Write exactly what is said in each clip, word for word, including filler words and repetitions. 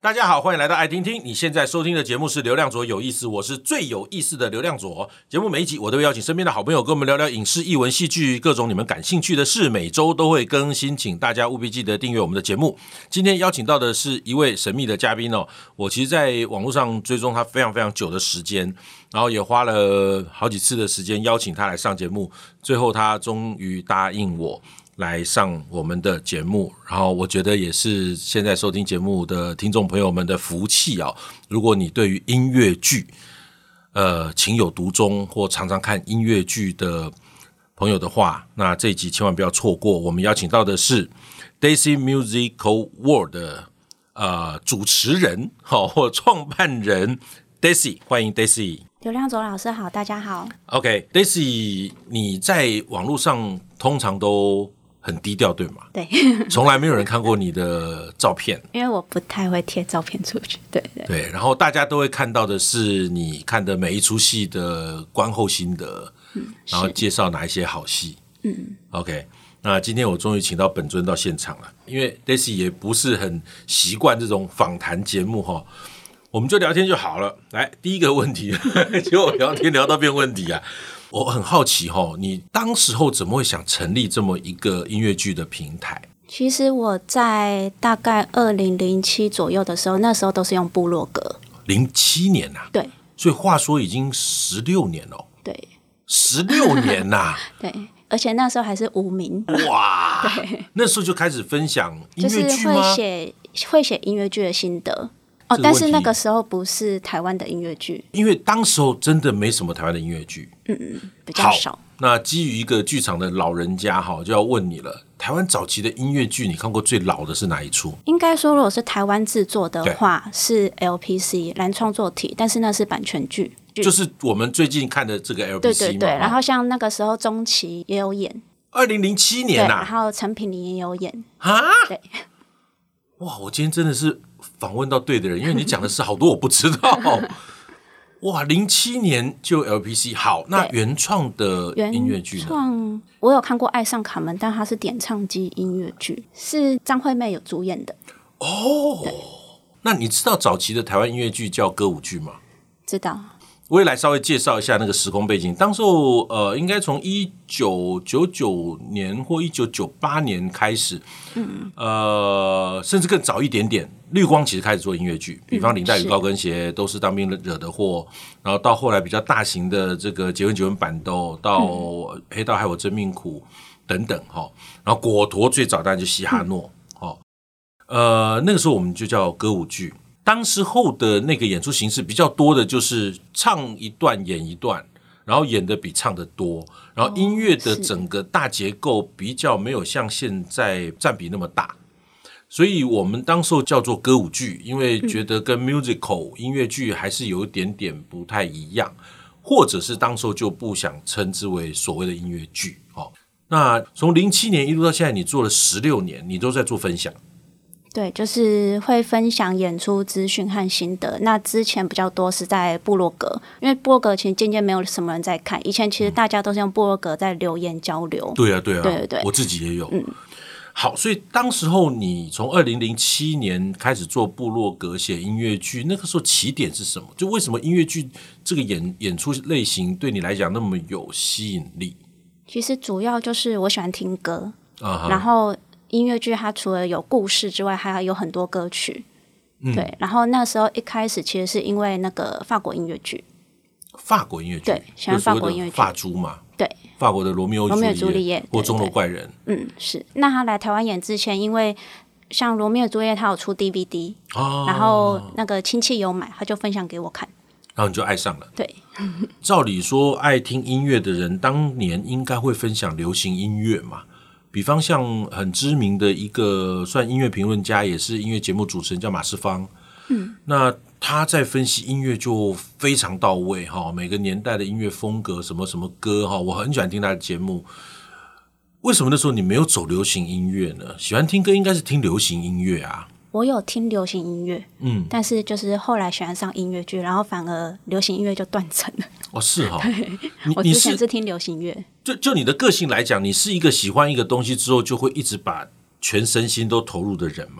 大家好，欢迎来到爱听听。你现在收听的节目是流量左有意思，我是最有意思的流量左。节目每一集我都会邀请身边的好朋友跟我们聊聊影视、艺文、戏剧，各种你们感兴趣的事，每周都会更新，请大家务必记得订阅我们的节目。今天邀请到的是一位神秘的嘉宾哦，我其实在网络上追踪他非常非常久的时间，然后也花了好几次的时间邀请他来上节目，最后他终于答应我来上我们的节目，然后我觉得也是现在收听节目的听众朋友们的福气哦。如果你对于音乐剧呃情有独钟或常常看音乐剧的朋友的话，那这一集千万不要错过。我们邀请到的是 Daisy Musical World 的呃主持人、哦、或创办人 Daisy， 欢迎 Daisy。 流量左老师好，大家好。 OK Daisy， 你在网络上通常都很低调对吗？ 对， 从来没有人看过你的照片， 因为我不太会贴照片出去。对 对, 对，然后大家都会看到的是你看的每一出戏的观后心得、嗯、然后介绍哪一些好戏。嗯 OK， 那今天我终于请到本尊到现场了，因为 Daisy 也不是很习惯这种访谈节目哈，我们就聊天就好了。来，第一个问题结果聊天聊到变问题啊。我很好奇齁，你当时候怎么会想成立这么一个音乐剧的平台？ 其实我在大概二零零七左右的时候，那时候都是用部落格。 零七年啊？ 对， 所以话说已经十六年了。 对， 十六年啊对，而且那时候还是无名。 哇， 对， 那时候就开始分享音乐剧吗？ 就是会写会写音乐剧的心得哦，但是那个时候不是台湾的音乐剧， 因为当时候真的没什么台湾的音乐剧， 嗯嗯，比较少。 那基于一个剧场的老人家哈，就要问你了，台湾早期的音乐剧，你看过最老的是哪一出？ 应该说，如果是台湾制作的话，是 L P C 蓝创作体，但是那是版权剧， 就是我们最近看的这个 L P C 嘛。 对对对，然后像那个时候中期也有演， 二零零七年啊， 然后陈品玲也有演啊， 对。 哇，我今天真的是访问到对的人，因为你讲的是好多我不知道。哇，零七年就 L P C， 好，那原创的音乐剧呢？原创我有看过《爱上卡门》，但它是点唱机音乐剧，是张惠妹有主演的。 哦，那你知道早期的台湾音乐剧叫歌舞剧吗？ 知道。 我也来稍微介绍一下那个时空背景。当时候呃，应该从一九九九年或一九九八年开始，嗯，呃，甚至更早一点点，绿光其实开始做音乐剧，比方林黛与高跟鞋、都是当兵惹的祸，然后到后来比较大型的这个结婚结婚板豆，到黑道害我真命苦等等哈，然后果陀最早当然就嘻哈诺，哦，呃，那个时候我们就叫歌舞剧。当时候的那个演出形式比较多的就是唱一段演一段，然后演的比唱的多，然后音乐的整个大结构比较没有像现在占比那么大，所以我们当时候叫做歌舞剧，因为觉得跟 musical 音乐剧还是有一点点不太一样，或者是当时候就不想称之为所谓的音乐剧。哦，那从零七年一路到现在，你做了十六年，你都在做分享。 对，就是会分享演出资讯和心得。那之前比较多是在部落格，因为部落格其实渐渐没有什么人在看。以前其实大家都是用部落格在留言交流。 对啊，对啊， 对对对， 我自己也有。嗯，好，所以当时候你从二零零七年开始做部落格写音乐剧，那个时候起点是什么？就为什么音乐剧这个演演出类型对你来讲那么有吸引力？ 其实主要就是我喜欢听歌， 啊、 然后音乐剧它除了有故事之外，还有很多歌曲。嗯、对，然后那时候一开始其实是因为那个法国音乐剧。 法国音乐剧， 对，喜欢法国音乐剧， 法猪嘛， 对， 法国的罗密欧朱丽叶或钟楼怪人。 嗯，是。那他来台湾演之前，因为像罗密欧朱丽叶他有出 D V D，哦、然后那个亲戚有买，他就分享给我看， 然后你就爱上了。 对， 照理说爱听音乐的人当年应该会分享流行音乐嘛，比方像很知名的一个算音乐评论家，也是音乐节目主持人，叫马世芳。嗯，那他在分析音乐就非常到位哈，每个年代的音乐风格，什么什么歌哈，我很喜欢听他的节目。为什么那时候你没有走流行音乐呢？喜欢听歌应该是听流行音乐啊。 我有听流行音乐，嗯，但是就是后来喜欢上音乐剧，然后反而流行音乐就断层了。 哦，是哈、哦， 我之前是听流行乐。 就就你的个性来讲，你是一个喜欢一个东西之后就会一直把全身心都投入的人吗？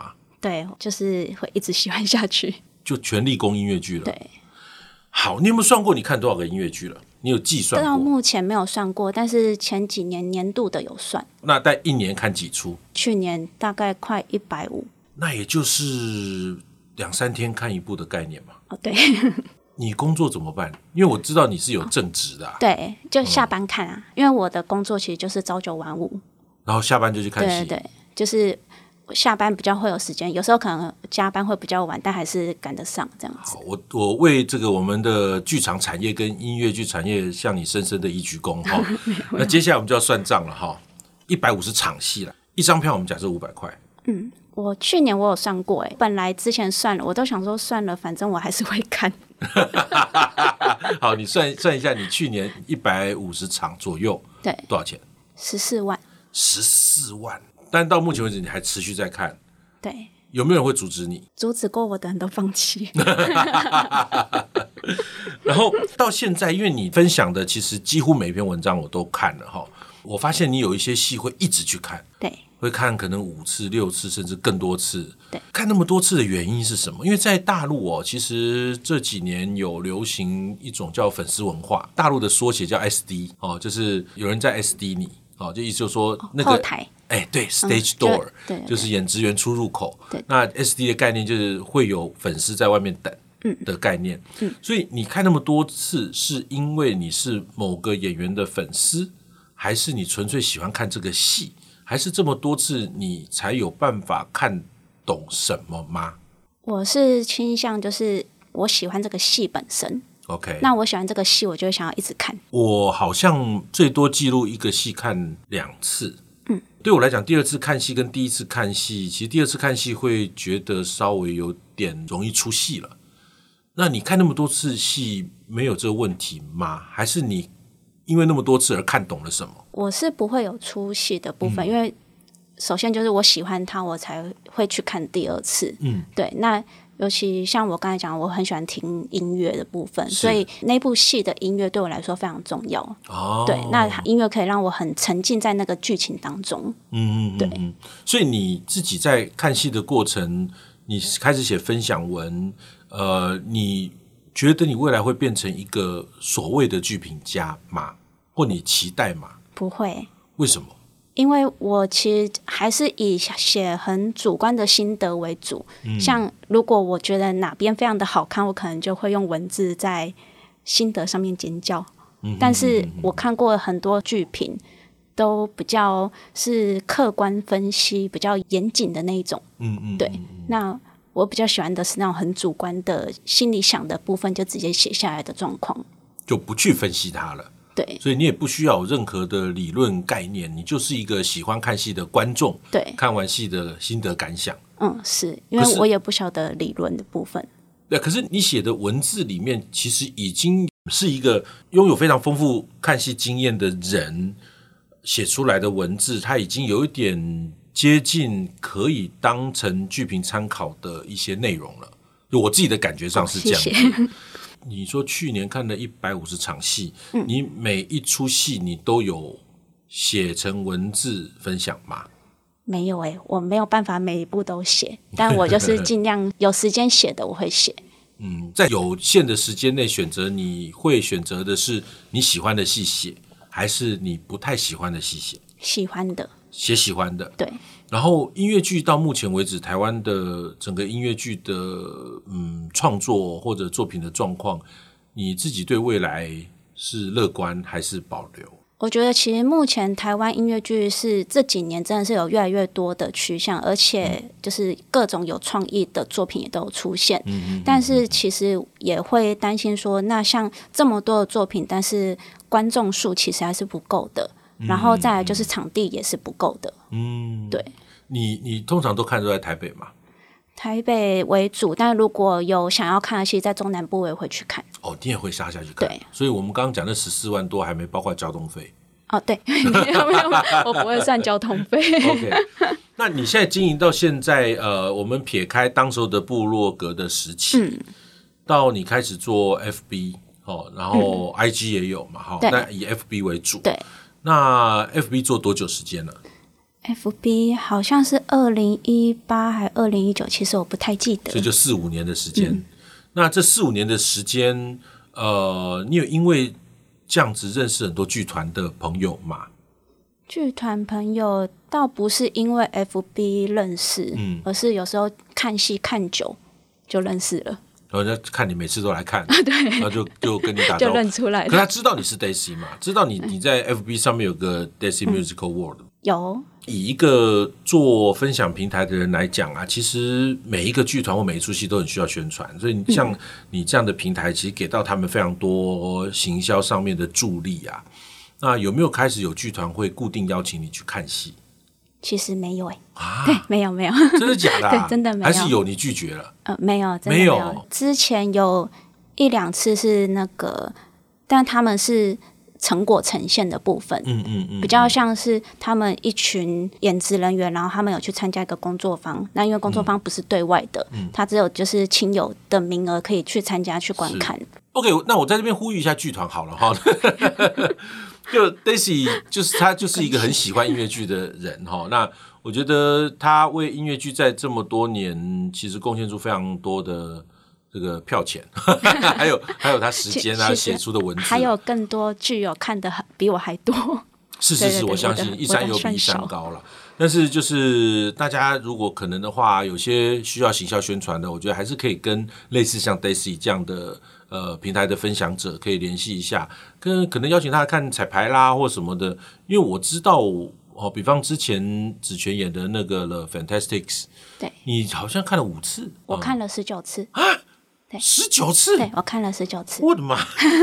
对，就是会一直喜欢下去， 就全力攻音乐剧了。 对， 好，你有没有算过你看多少个音乐剧了？你有计算过？ 到目前没有算过，但是前几年年度的有算。 那在一年看几出？ 去年大概快一百五， 那也就是两三天看一部的概念嘛。 哦，对。 你工作怎么办？因为我知道你是有正职的、啊， 对，就下班看啊、嗯，因为我的工作其实就是朝九晚五， 然后下班就去看戏。 对对对，就是下班比较会有时间，有时候可能加班会比较晚，但还是赶得上这样子。 好，我我为这个我们的剧场产业跟音乐剧产业向你深深的一鞠躬哈。那接下来我们就要算账了哈，一百五十场戏了，一张票我们假设五百块。 嗯，我去年我有算过，哎，本来之前算了，我都想说算了，反正我还是会看。 好，你算算一下，你去年一百五十场左右， 对， 多少钱？ 十四万。 十四万，但到目前为止你还持续在看， 对， 有没有人会阻止你？ 阻止过我的人都放弃。 然后到现在，因为你分享的其实几乎每一篇文章我都看了哈，我发现你有一些戏会一直去看， 对， 会看可能五次、六次，甚至更多次。 对， 看那么多次的原因是什么？因为在大陆哦，其实这几年有流行一种叫粉丝文化，大陆的缩写叫 S D 哦，就是有人在 S D 你哦，就意思就是说那个后台。 哎，对 ，stage door，、嗯、 对对对， 就是演职员出入口。 对， 那 S D 的概念就是会有粉丝在外面等的概念。嗯，所以你看那么多次，是因为你是某个演员的粉丝，还是你纯粹喜欢看这个戏，还是这么多次你才有办法看懂什么吗？ 我是倾向就是我喜欢这个戏本身。 OK， 那我喜欢这个戏，我就会想要一直看。 我好像最多记录一个戏看两次。 嗯， 对我来讲，第二次看戏跟第一次看戏，其实第二次看戏会觉得稍微有点容易出戏了。那你看那么多次戏，没有这个问题吗？还是你因为那么多次而看懂了什么？ 我是不会有出戏的部分， 嗯、 因为首先就是我喜欢它，我才会去看第二次。 嗯， 对，那。尤其像我刚才讲，我很喜欢听音乐的部分，所以那部戏的音乐对我来说非常重要。 哦， 对，那音乐可以让我很沉浸在那个剧情当中。 嗯嗯嗯，对。所以你自己在看戏的过程，你开始写分享文，呃，你觉得你未来会变成一个所谓的剧评家吗？或你期待吗？ 不会。 为什么？ 因为我其实还是以写很主观的心得为主，嗯、像如果我觉得哪边非常的好看，我可能就会用文字在心得上面尖叫。嗯、但是我看过很多剧评，都比较是客观分析、比较严谨的那一种。嗯嗯，对。那我比较喜欢的是那种很主观的心里想的部分，就直接写下来的状况， 就不去分析它了。 对， 所以你也不需要有任何的理论概念，你就是一个喜欢看戏的观众。 对， 看完戏的心得感想。 嗯，是因为我也不晓得理论的部分。 对，可是你写的文字里面，其实已经是一个拥有非常丰富看戏经验的人写出来的文字，它已经有一点接近可以当成剧评参考的一些内容了。就我自己的感觉上是这样子。哦，谢谢。你说去年看了一百五十场戏，嗯、你每一出戏你都有写成文字分享吗？ 没有诶、欸，我没有办法每一部都写，但我就是尽量有时间写的我会写。 嗯，在有限的时间内选择，你会选择的是你喜欢的戏写，还是你不太喜欢的戏写？ 喜欢的， 写喜欢的。 对。 然后音乐剧到目前为止，台湾的整个音乐剧的嗯创作或者作品的状况，你自己对未来是乐观还是保留？ 我觉得其实目前台湾音乐剧是这几年真的是有越来越多的趋向，而且就是各种有创意的作品也都有出现。嗯嗯嗯，但是其实也会担心说，那像这么多的作品，但是观众数其实还是不够的。然后再来就是场地也是不够的。嗯，对。 你你通常都看都在台北吗？ 台北为主，但如果有想要看的戏，在中南部我也会去看。 哦，你也会杀下去看？ 对。 所以我们刚刚讲的十四万多还没包括交通费。 哦，对，没有没有，我不会算交通费。 OK， 那你现在经营到现在，呃，我们撇开当时候的部落格的时期，嗯、到你开始做 F B 哦，然后 I G 也有嘛，哈、嗯，但以 F B 为主。 对。 那 F B 做多久时间了 F B 好像是二零一八还二零一九，其实我不太记得。 所以就四五年的时间。嗯、那这四五年的时间，呃，你有因为这样子认识很多剧团的朋友吗？ 剧团朋友倒不是因为 F B 认识，嗯，而是有时候看戏看久就认识了。 然后人家看你每次都来看， 对， 然后就就跟你打招呼， 就认出来了。 可他知道你是 Daisy 嘛？知道你你在 F B 上面有个 Daisy Musical World、嗯、 有。 以一个做分享平台的人来讲啊，其实每一个剧团或每一出戏都很需要宣传，所以像你这样的平台，其实给到他们非常多行销上面的助力啊。那有没有开始有剧团会固定邀请你去看戏？ 其实没有哎、欸， 啊， 对，没有没有， 真的假的、啊？ 对，真的没有， 还是有你拒绝了？ 呃，没有，真的没有。没有之前有一两次是那个，但他们是成果呈现的部分， 嗯嗯嗯， 比较像是他们一群演职人员，然后他们有去参加一个工作坊。那因为工作坊不是对外的，嗯，他只有就是亲友的名额可以去参加去观看。 OK， 那我在这边呼吁一下剧团好了哈。就 Daisy 就是他就是一个很喜欢音乐剧的人哈，那我觉得他为音乐剧在这么多年其实贡献出非常多的这个票钱，还有还有他时间啊写出的文字， 还有更多剧友看的比我还多。 是是是，我相信一山有比一山高了。但是就是大家如果可能的话，有些需要行销宣传的，我觉得还是可以跟类似像 Daisy 这样的呃平台的分享者可以联系一下，跟可能邀请他看彩排啦或什么的。因为我知道哦，比方之前子权演的那个 The Fantastics， 对， 你好像看了五次， 我看了十九次啊，对，十九次， 对我看了十九次， 我的妈！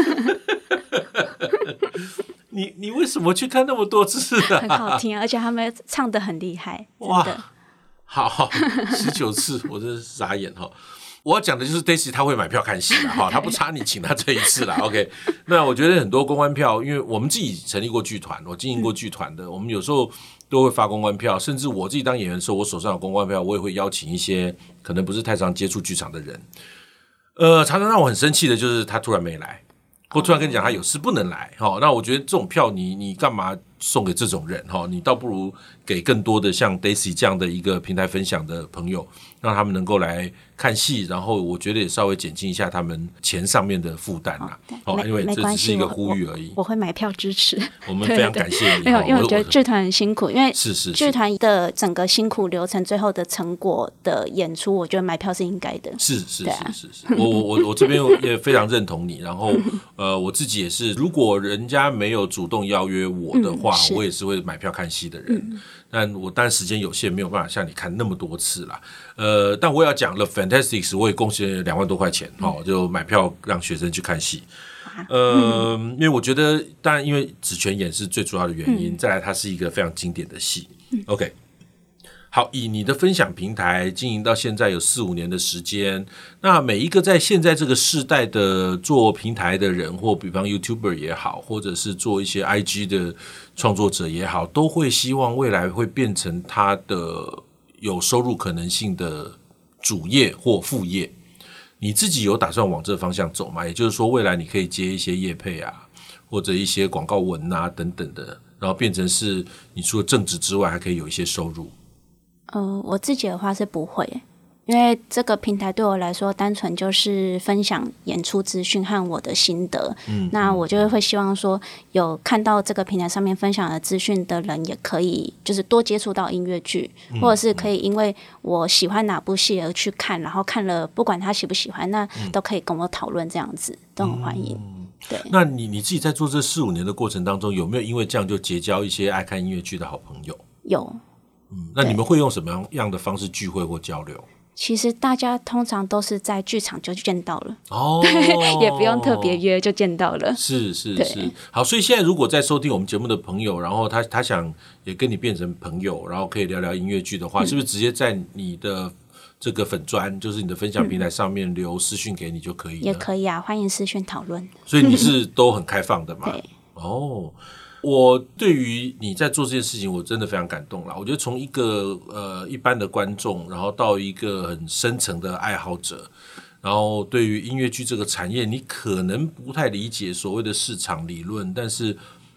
你你为什么去看那么多次啊？ 很好听、啊，而且他们唱得很厉害，真的。哇， 好，十九次，我真是傻眼哈！我要讲的就是 Daisy 他会买票看戏啦哈，他不差你请他这一次啦。OK， 那我觉得很多公关票，因为我们自己成立过剧团，我经营过剧团的，嗯、我们有时候都会发公关票，甚至我自己当演员的时候，我手上有公关票，我也会邀请一些可能不是太常接触剧场的人。呃，常常让我很生气的就是他突然没来。或突然跟你讲他有事不能来，哦，那我觉得这种票你你干嘛送给这种人？哦，你倒不如给更多的像 Daisy 这样的一个平台分享的朋友，让他们能够来看戏，然后我觉得也稍微减轻一下他们钱上面的负担啦。 哦， 因为这只是一个呼吁而已。 我, 我会买票支持， 我们非常感谢你。 没有，因为我觉得剧团很辛苦，因为是是剧团的整个辛苦流程，最后的成果的演出，我觉得买票是应该的。 是是是是是，我我我我这边也非常认同你。然后呃，我自己也是，如果人家没有主动邀约我的话，嗯、我也是会买票看戏的人。嗯、但我当然时间有限，没有办法像你看那么多次啦。呃，但我要讲了 Fantastics， 我也贡献了两万多块钱，嗯、哦，就买票让学生去看戏。呃，嗯、因为我觉得，当然因为子权演是最主要的原因，嗯、再来它是一个非常经典的戏。嗯、OK。好，以你的分享平台经营到现在有四五年的时间，那每一个在现在这个世代的做平台的人，或比方 YouTuber 也好，或者是做一些 I G 的创作者也好，都会希望未来会变成他的有收入可能性的主业或副业。你自己有打算往这个方向走吗？也就是说，未来你可以接一些业配啊，或者一些广告文啊等等的，然后变成是你除了正职之外，还可以有一些收入。 呃，我自己的话是不会，因为这个平台对我来说，单纯就是分享演出资讯和我的心得。嗯，那我就会希望说，有看到这个平台上面分享的资讯的人，也可以就是多接触到音乐剧，嗯、或者是可以因为我喜欢哪部戏而去看，然后看了不管他喜不喜欢，那都可以跟我讨论，这样子都很欢迎。嗯、对， 那你你自己在做这四五年的过程当中，有没有因为这样就结交一些爱看音乐剧的好朋友？ 有。 嗯，那你们会用什么样的方式聚会或交流？ 其实大家通常都是在剧场就见到了哦， 也不用特别约就见到了。 是是是，好，所以现在如果在收听我们节目的朋友，然后他他想也跟你变成朋友，然后可以聊聊音乐剧的话，嗯、是不是直接在你的这个粉专，就是你的分享平台上面留私讯给你就可以了？ 也可以啊，欢迎私讯讨论。 所以你是都很开放的嘛？ 对， 哦。我对于你在做这件事情，我真的非常感动啦。我觉得从一个呃一般的观众，然后到一个很深层的爱好者，然后对于音乐剧这个产业，你可能不太理解所谓的市场理论，但是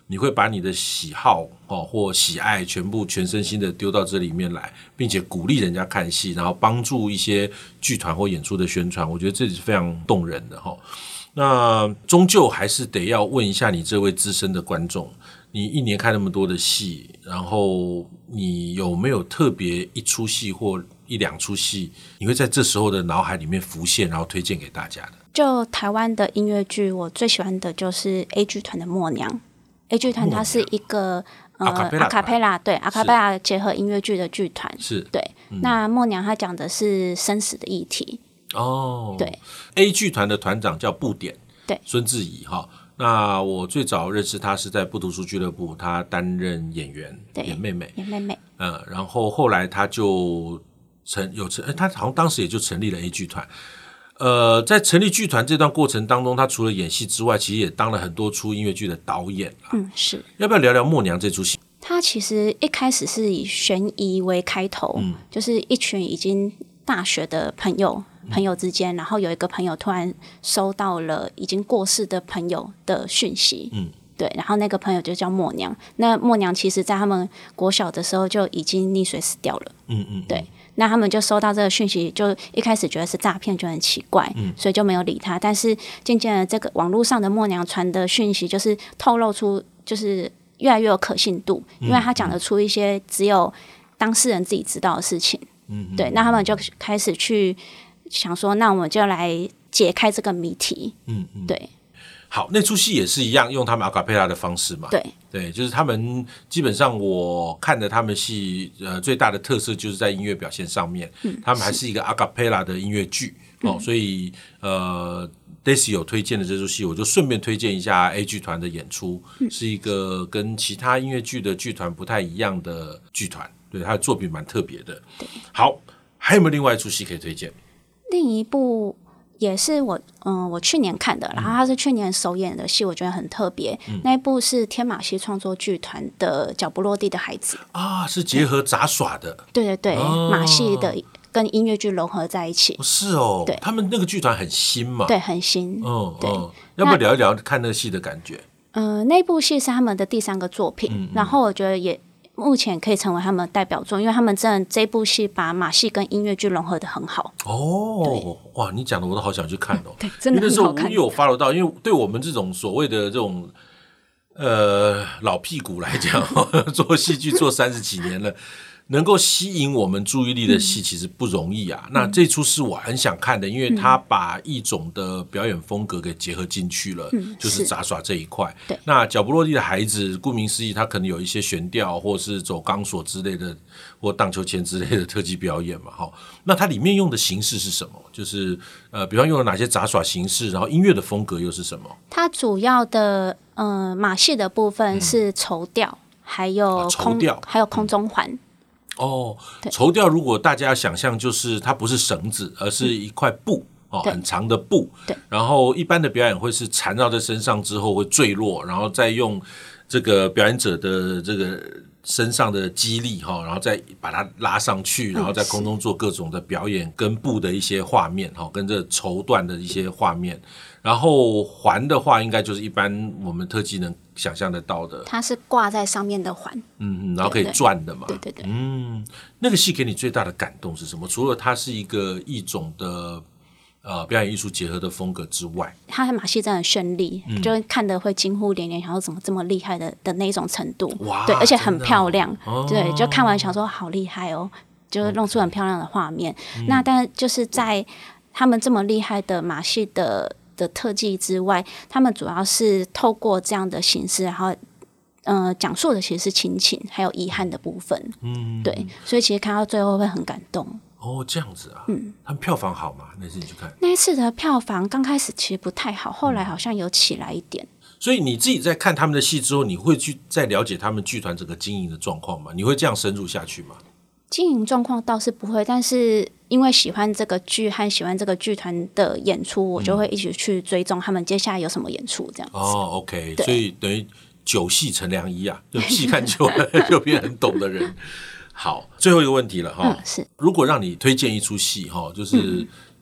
你会把你的喜好哦或喜爱全部全身心的丢到这里面来，并且鼓励人家看戏，然后帮助一些剧团或演出的宣传，我觉得这是非常动人的哈。那终究还是得要问一下你这位资深的观众，你一年看那么多的戏，然后你有没有特别一出戏或一两出戏，你会在这时候的脑海里面浮现，然后推荐给大家的？就台湾的音乐剧，我最喜欢的就是 A 剧团的默娘。A 剧团它是一个呃阿卡贝拉，对阿卡贝拉结合音乐剧的剧团， 是对。嗯、那默娘它讲的是生死的议题。 哦， 对 ，A 剧团的团长叫布点， 对， 孙志怡哈。那我最早认识他是在不读书俱乐部，他担任演员，演妹妹， 演妹妹。 嗯，然后后来他就成有成，他好像当时也就成立了 A 剧团。呃，在成立剧团这段过程当中，他除了演戏之外，其实也当了很多出音乐剧的导演啦。 嗯，是。 要不要聊聊《默娘》这出戏？ 他其实一开始是以悬疑为开头，嗯、就是一群已经大学的朋友。朋友之间，然后有一个朋友突然收到了已经过世的朋友的讯息，嗯，对，然后那个朋友就叫默娘。那默娘其实在他们国小的时候就已经溺水死掉了，嗯嗯，对。那他们就收到这个讯息，就一开始觉得是诈骗，就很奇怪，嗯，所以就没有理他。但是渐渐的，这个网络上的默娘传的讯息，就是透露出，就是越来越有可信度，因为他讲得出一些只有当事人自己知道的事情，嗯，对。那他们就开始去。想说，那我们就来解开这个谜题。嗯嗯，对。 好，那出戏也是一样，用他们阿卡贝拉的方式嘛。 对对，就是他们基本上我看的他们戏，呃，最大的特色就是在音乐表现上面，嗯、他们还是一个阿卡贝拉的音乐剧、嗯、哦，所以呃 ，Daisy 有推荐的这出戏，我就顺便推荐一下 A 剧团的演出，嗯、是一个跟其他音乐剧的剧团不太一样的剧团，对，他的作品蛮特别的。 对， 好，还有没有另外一出戏可以推荐？ 另一部也是我嗯我去年看的，然后它是去年首演的戏，我觉得很特别。嗯、那一部是天马戏创作剧团的《脚不落地的孩子》 啊，是结合杂耍的。 对对对，哦、马戏的跟音乐剧融合在一起。 是哦， 对， 他们那个剧团很新嘛， 对，很新。 嗯， 对， 嗯、要不要聊一聊看那个戏的感觉？ 嗯、呃，那部戏是他们的第三个作品，嗯嗯然后我觉得也。目前可以成为他们的代表作，因为他们真的这部戏把马戏跟音乐剧融合得很好。 哦，哇，你讲的我都好想去看哦。 对，真的很好看。 因为那时候我有 follow 到，因为对我们这种所谓的这种呃老屁股来讲，做戏剧做三十几年了。能够吸引我们注意力的戏其实不容易啊。嗯、那这出是我很想看的，因为他把一种的表演风格给结合进去了，嗯、就是杂耍这一块。那脚不落地的孩子，顾名思义，他可能有一些悬吊，或是走钢索之类的，或荡秋千之类的特技表演嘛。哈，那它里面用的形式是什么？就是呃，比方用了哪些杂耍形式，然后音乐的风格又是什么？ 它主要的呃马戏的部分是绸吊，嗯、还有空、啊、吊，还有空中环。嗯哦，绸吊如果大家想象就是它不是绳子，而是一块布、嗯、哦，很长的布。 对。 然后一般的表演会是缠绕在身上之后会坠落，然后再用这个表演者的这个身上的肌力哈，然后再把它拉上去，然后在空中做各种的表演，跟布的一些画面哈，跟这绸缎的一些画面。然后环的话，应该就是一般我们特技能想象得到的， 它是挂在上面的环， 嗯嗯，然后可以转的嘛， 对对对， 嗯，那个戏给你最大的感动是什么？除了它是一个一种的呃表演艺术结合的风格之外， 它的马戏真的很绚丽，嗯、就看得会惊呼连连，想说怎么这么厉害的的那种程度， 哇， 对，而且很漂亮， 哦、 对，就看完想说好厉害哦，就是弄出很漂亮的画面。Okay. 那但就是在他们这么厉害的马戏的。的特技之外，他们主要是透过这样的形式，然后呃讲述的其实是亲情还有遗憾的部分，嗯，对，所以其实看到最后会很感动。 哦，这样子啊，嗯，他们票房好吗？那次你去看， 那一次的票房刚开始其实不太好，后来好像有起来一点。嗯、 所以你自己在看他们的戏之后，你会去再了解他们剧团整个经营的状况吗？你会这样深入下去吗？ 经营状况倒是不会，但是因为喜欢这个剧和喜欢这个剧团的演出，我就会一起去追踪他们接下来有什么演出这样子。 哦 ，OK， 所以等于久戏成良医啊，就戏看久了就变很懂的人。好，最后一个问题了哈、 嗯，是如果让你推荐一出戏哈，就是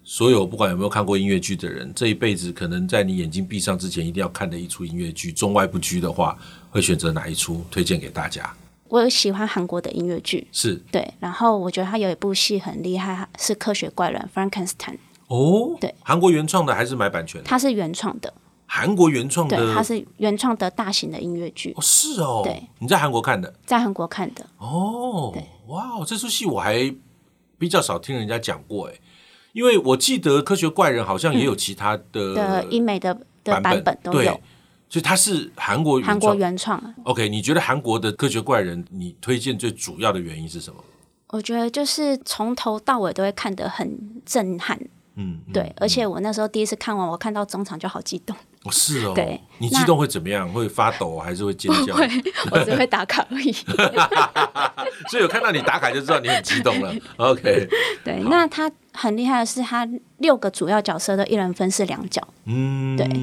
所有不管有没有看过音乐剧的人，这一辈子可能在你眼睛闭上之前一定要看的一出音乐剧，中外不拘的话，会选择哪一出推荐给大家？ 我有喜欢韩国的音乐剧， 是对，然后我觉得他有一部戏很厉害，是《科学怪人》（Frankenstein）。 哦， 对， 韩国原创的还是买版权的？ 它是原创的， 韩国原创的， 对，它是原创的大型的音乐剧。 哦，是哦， 对， 你在韩国看的？ 在韩国看的。 哦， 对， 哇，这出戏我还比较少听人家讲过哎，因为我记得《科学怪人》好像也有其他的、 嗯、的英美的的版本都有， 所以它是韩国原创。 韩国原创。 OK， 你觉得韩国的《科学怪人》你推荐最主要的原因是什么？ 我觉得就是从头到尾都会看得很震撼。 嗯， 对， 嗯， 而且我那时候第一次看完，我看到中场就好激动。 哦，是哦， 对， 你激动会怎么样？会发抖还是会尖叫？ 不会，我只会打卡而已。 所以我看到你打卡就知道你很激动了。OK， 对，那他很厉害的是，他六个主要角色都一人分饰两角。 嗯， 对。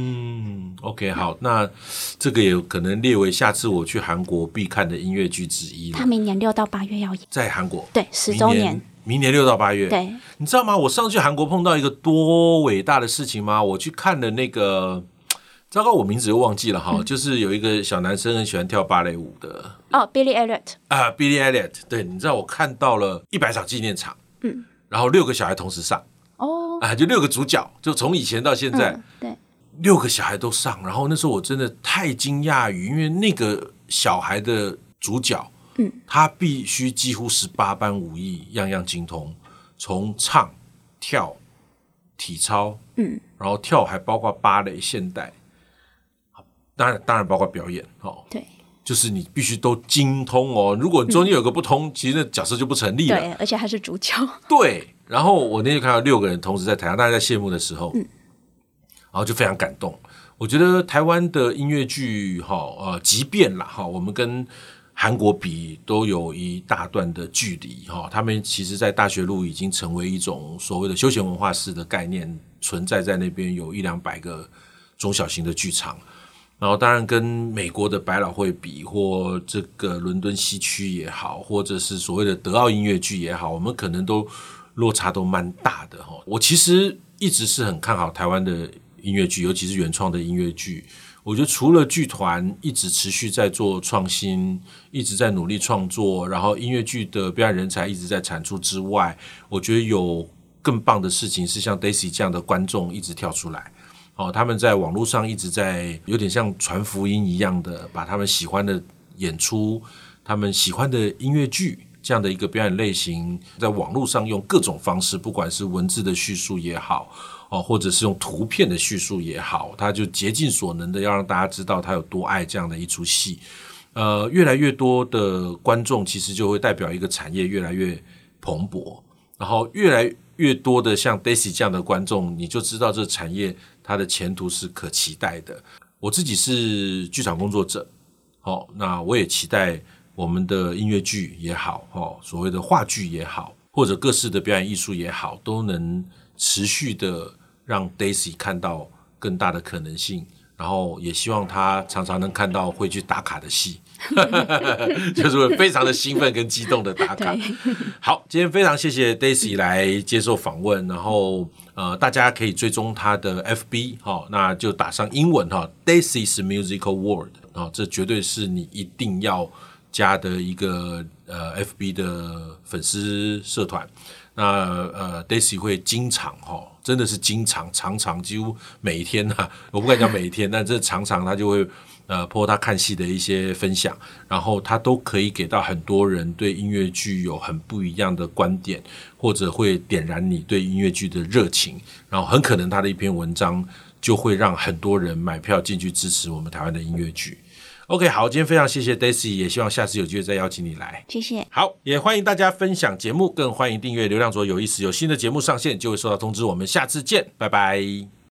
OK， 好，那这个也有可能列为下次我去韩国必看的音乐剧之一了。 他明年六到八月要演， 在韩国， 对，十周年。 明年六到八月， 对， 你知道吗？我上次去韩国碰到一个多伟大的事情吗？我去看了那个，糟糕，我名字又忘记了哈、嗯，就是有一个小男生很喜欢跳芭蕾舞的， 哦 ，Billy Elliot 啊 ，Billy Elliot， 对，你知道我看到了一百场纪念场， 嗯， 然后六个小孩同时上， 哦， 啊，就六个主角，就从以前到现在， 嗯、对， 六个小孩都上，然后那时候我真的太惊讶于，因为那个小孩的主角。嗯，他必须几乎十八般武艺，样样精通，从唱、跳、体操，嗯，然后跳还包括芭蕾、现代，当然当然包括表演哦。 对， 就是你必须都精通哦。如果中间有个不通，嗯、其实那角色就不成立了。 对，而且还是主角。 对，然后我那天看到六个人同时在台上，大家在谢幕的时候，嗯，然后就非常感动。我觉得台湾的音乐剧，哈，呃，即便啦，哈，我们跟韩国比都有一大段的距离哈，他们其实在大学路已经成为一种所谓的休闲文化式的概念存在在那边，有一两百个中小型的剧场，然后当然跟美国的百老汇比，或这个伦敦西区也好，或者是所谓的德奥音乐剧也好，我们可能都落差都蛮大的哈。我其实一直是很看好台湾的音乐剧，尤其是原创的音乐剧。我觉得除了剧团一直持续在做创新，一直在努力创作，然后音乐剧的表演人才一直在产出之外，我觉得有更棒的事情是像 Daisy 这样的观众一直跳出来，哦，他们在网络上一直在有点像传福音一样的，把他们喜欢的演出、他们喜欢的音乐剧这样的一个表演类型，在网络上用各种方式，不管是文字的叙述也好。哦，或者是用图片的叙述也好，他就竭尽所能的要让大家知道他有多爱这样的一出戏。呃，越来越多的观众其实就会代表一个产业越来越蓬勃，然后越来越多的像 Daisy 这样的观众，你就知道这产业它的前途是可期待的。我自己是剧场工作者，哦，那我也期待我们的音乐剧也好，哦，所谓的话剧也好，或者各式的表演艺术也好，都能持续的让 Daisy 看到更大的可能性，然后也希望他常常能看到会去打卡的戏，就是会非常的兴奋跟激动的打卡。好，今天非常谢谢 Daisy 来接受访问，然后呃，大家可以追踪他的 F B，哦，那就打上英文哈 ，Daisy's Musical World，哦，这绝对是你一定要加的一个呃 F B 的粉丝社团。那呃 ，Daisy 会经常哈，真的是经常常常几乎每一天啊，我不敢讲每一天，但这常常他就会呃 po 他看戏的一些分享，然后他都可以给到很多人对音乐剧有很不一样的观点，或者会点燃你对音乐剧的热情，然后很可能他的一篇文章就会让很多人买票进去支持我们台湾的音乐剧。OK， 好，今天非常谢谢 Daisy， 也希望下次有机会再邀请你来。 谢谢。 好，也欢迎大家分享节目，更欢迎订阅流量左有意思，有新的节目上线就会收到通知。我们下次见，拜拜。